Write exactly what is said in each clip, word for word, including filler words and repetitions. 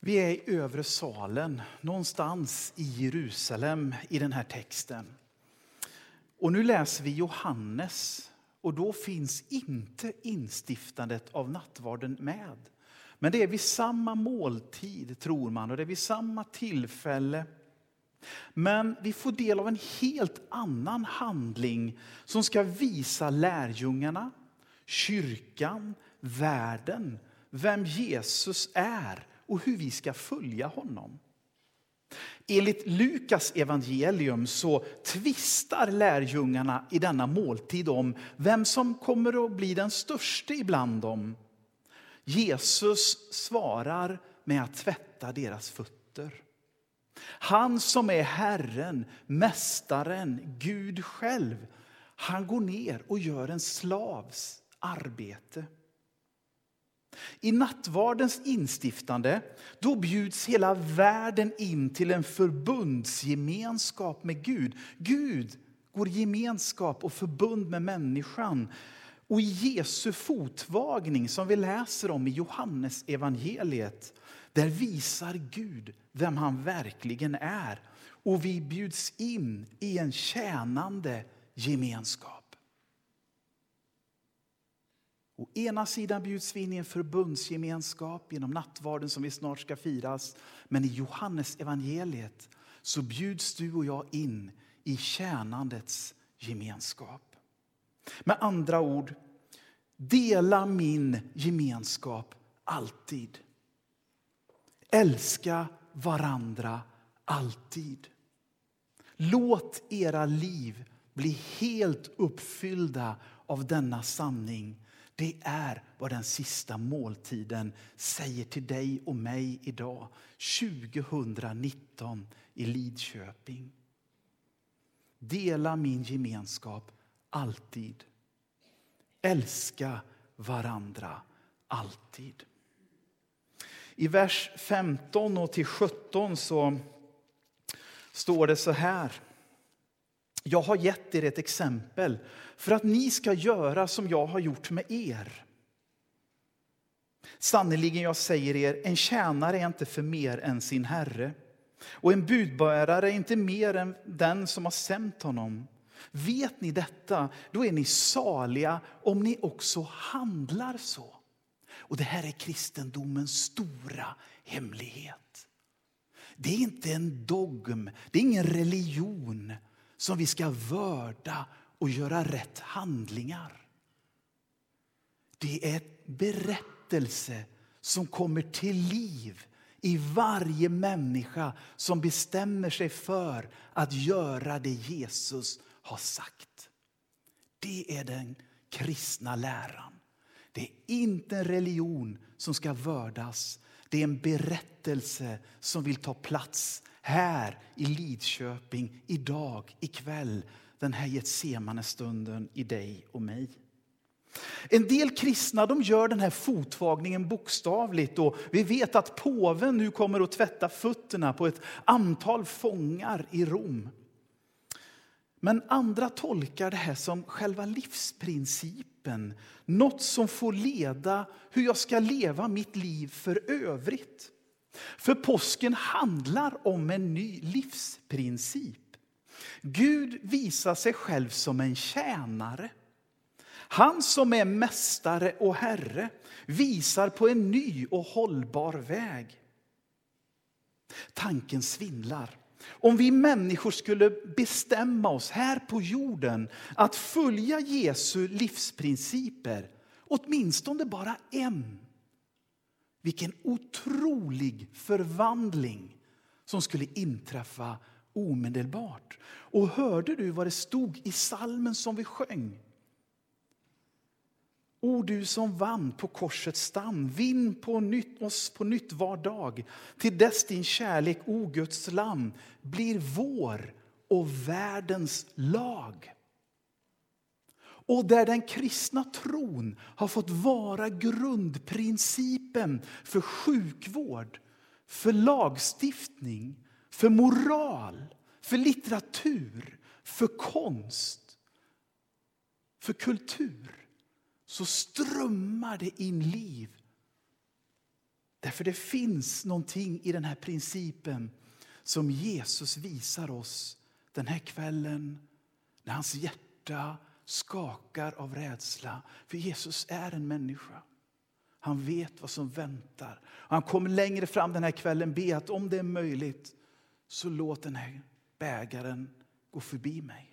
Vi är i övre salen, någonstans i Jerusalem i den här texten. Och nu läser vi Johannes, och då finns inte instiftandet av nattvarden med. Men det är vid samma måltid, tror man, och det är vid samma tillfälle. Men vi får del av en helt annan handling som ska visa lärjungarna, kyrkan, världen, vem Jesus är och hur vi ska följa honom. Enligt Lukas evangelium så tvistar lärjungarna i denna måltid om vem som kommer att bli den största ibland dem. Jesus svarar med att tvätta deras fötter. Han som är Herren, mästaren, Gud själv, han går ner och gör en slavs arbete. I nattvardens instiftande, då bjuds hela världen in till en förbundsgemenskap med Gud. Gud går gemenskap och förbund med människan. Och i Jesu fotvagning, som vi läser om i Johannes evangeliet, där visar Gud vem han verkligen är. Och vi bjuds in i en tjänande gemenskap. Å ena sidan bjuds vi in i en förbundsgemenskap genom nattvarden som vi snart ska firas. Men i Johannes evangeliet så bjuds du och jag in i tjänandets gemenskap. Med andra ord, dela min gemenskap alltid. Älska varandra alltid. Låt era liv bli helt uppfyllda av denna sanning. Det är vad den sista måltiden säger till dig och mig idag, tjugonitton i Lidköping. Dela min gemenskap alltid. Älska varandra alltid. I vers femton och till sjutton så står det så här. Jag har gett er ett exempel för att ni ska göra som jag har gjort med er. Sannoliken jag säger er, en tjänare är inte för mer än sin herre. Och en budbärare är inte mer än den som har sänt honom. Vet ni detta, då är ni saliga om ni också handlar så. Och det här är kristendomens stora hemlighet. Det är inte en dogm, det är ingen religion som vi ska vörda och göra rätt handlingar. Det är en berättelse som kommer till liv i varje människa som bestämmer sig för att göra det Jesus har sagt. Det är den kristna läran. Det är inte en religion som ska vördas. Det är en berättelse som vill ta plats här i Lidköping idag, ikväll. Den här Getsemane-stunden i dig och mig. En del kristna de gör den här fotvagningen bokstavligt. Och vi vet att påven nu kommer att tvätta fötterna på ett antal fångar i Rom. Men andra tolkar det här som själva livsprincipen. Något som får leda hur jag ska leva mitt liv för övrigt. För påsken handlar om en ny livsprincip. Gud visar sig själv som en tjänare. Han som är mästare och herre visar på en ny och hållbar väg. Tanken svindlar. Om vi människor skulle bestämma oss här på jorden att följa Jesu livsprinciper, åtminstone bara en. Vilken otrolig förvandling som skulle inträffa omedelbart. Och hörde du vad det stod i salmen som vi sjöng? O du som vann på korsets stam, vinn på nytt oss på nytt var dag. Till dess din kärlek, o Guds lamm, blir vår och världens lag. Och där den kristna tron har fått vara grundprincipen för sjukvård, för lagstiftning, för moral, för litteratur, för konst, för kultur, så strömmar det in liv Därför det finns någonting i den här principen som Jesus visar oss den här kvällen när hans hjärta skakar av rädsla. För Jesus är en människa. Han vet vad som väntar. Han kommer längre fram den här kvällen be att om det är möjligt så låt den här bägaren gå förbi mig.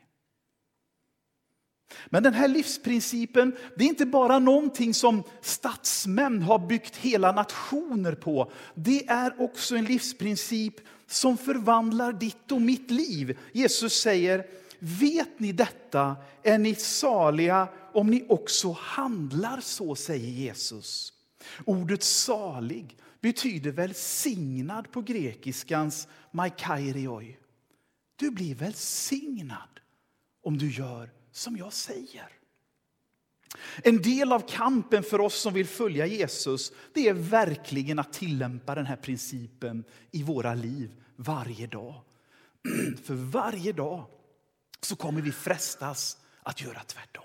Men den här livsprincipen, det är inte bara någonting som statsmän har byggt hela nationer på. Det är också en livsprincip som förvandlar ditt och mitt liv. Jesus säger, vet ni detta är ni saliga om ni också handlar så, säger Jesus. Ordet salig betyder välsignad på grekiskans maikairioi. Du blir välsignad om du gör som jag säger. En del av kampen för oss som vill följa Jesus, det är verkligen att tillämpa den här principen i våra liv varje dag. För varje dag så kommer vi frestas att göra tvärtom.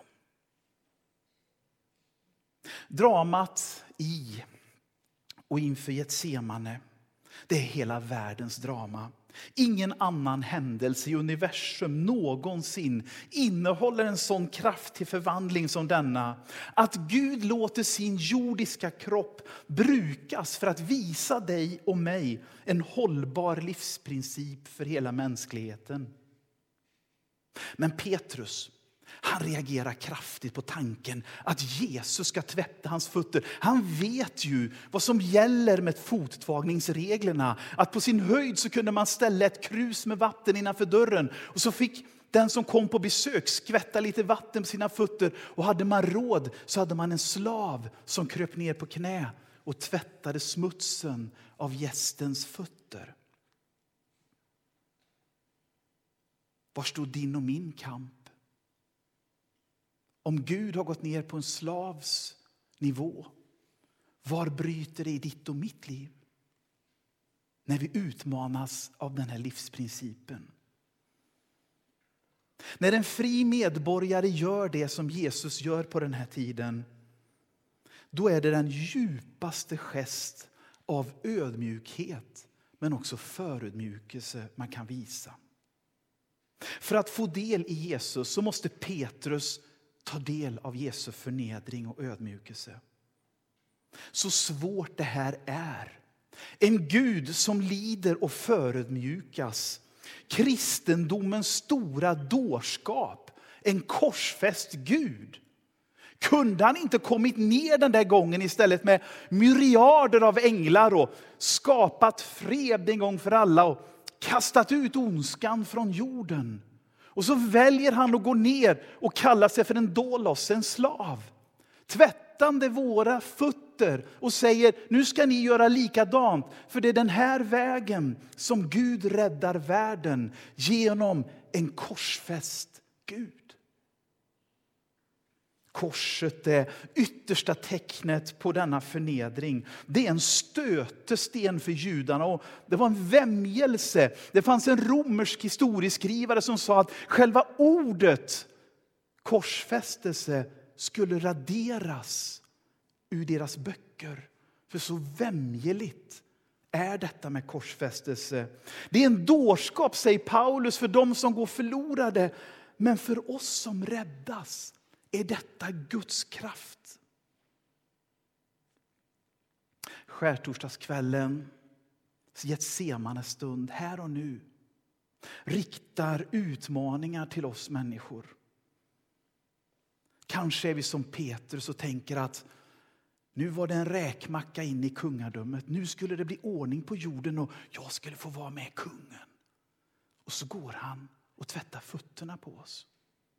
Dramat i och inför Getsemane, det är hela världens drama. Ingen annan händelse i universum någonsin innehåller en sån kraftig förvandling som denna. Att Gud låter sin jordiska kropp brukas för att visa dig och mig en hållbar livsprincip för hela mänskligheten. Men Petrus, han reagerar kraftigt på tanken att Jesus ska tvätta hans fötter. Han vet ju vad som gäller med fottvagningsreglerna. Att på sin höjd så kunde man ställa ett krus med vatten innanför dörren. Och så fick den som kom på besök skvätta lite vatten på sina fötter. Och hade man råd så hade man en slav som kröp ner på knä och tvättade smutsen av gästens fötter. Var stod din och min kamp? Om Gud har gått ner på en slavs nivå, var bryter det i ditt och mitt liv? När vi utmanas av den här livsprincipen. När en fri medborgare gör det som Jesus gör på den här tiden, då är det den djupaste gest av ödmjukhet men också förödmjukelse man kan visa. För att få del i Jesus så måste Petrus ta del av Jesu förnedring och ödmjukelse. Så svårt det här är. En Gud som lider och förödmjukas. Kristendomens stora dårskap. En korsfäst Gud. Kunde han inte kommit ner den där gången istället med myriader av änglar och skapat fred en gång för alla och kastat ut ondskan från jorden? Och så väljer han att gå ner och kalla sig för en dolos, en slav. Tvättande våra fötter och säger, nu ska ni göra likadant. För det är den här vägen som Gud räddar världen genom en korsfäst Gud. Korset är yttersta tecknet på denna förnedring. Det är en stötesten för judarna och det var en vämjelse. Det fanns en romersk historieskrivare som sa att själva ordet korsfästelse skulle raderas ur deras böcker. För så vämjeligt är detta med korsfästelse. Det är en dårskap, säger Paulus, för de som går förlorade. Men för oss som räddas är detta Guds kraft. Skärtorsdagskvällen, Getsemane stund, här och nu, riktar utmaningar till oss människor. Kanske är vi som Petrus och tänker att nu var det en räkmacka in i kungadömet. Nu skulle det bli ordning på jorden och jag skulle få vara med kungen. Och så går han och tvättar fötterna på oss.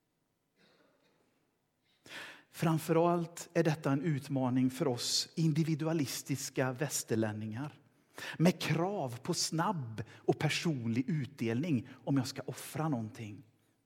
Framförallt är detta en utmaning för oss individualistiska västerlänningar. Med krav på snabb och personlig utdelning om jag ska offra någonting.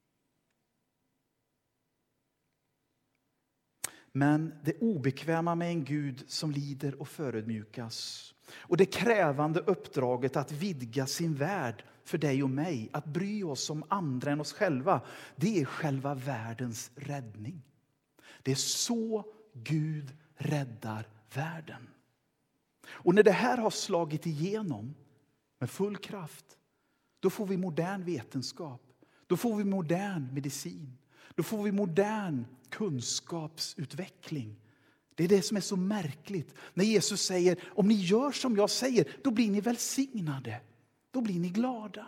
Men det obekväma med en Gud som lider och förödmjukas. Och det krävande uppdraget att vidga sin värld för dig och mig. Att bry oss om andra än oss själva. Det är själva världens räddning. Det är så Gud räddar världen. Och när det här har slagit igenom med full kraft, då får vi modern vetenskap. Då får vi modern medicin. Då får vi modern kunskapsutveckling. Det är det som är så märkligt. När Jesus säger, om ni gör som jag säger, då blir ni välsignade. Då blir ni glada.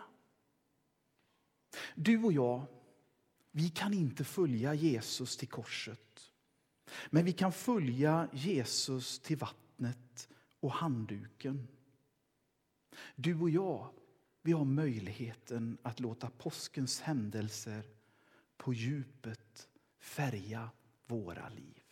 Du och jag, vi kan inte följa Jesus till korset. Men vi kan följa Jesus till vattnet och handduken. Du och jag, vi har möjligheten att låta påskens händelser på djupet färga våra liv.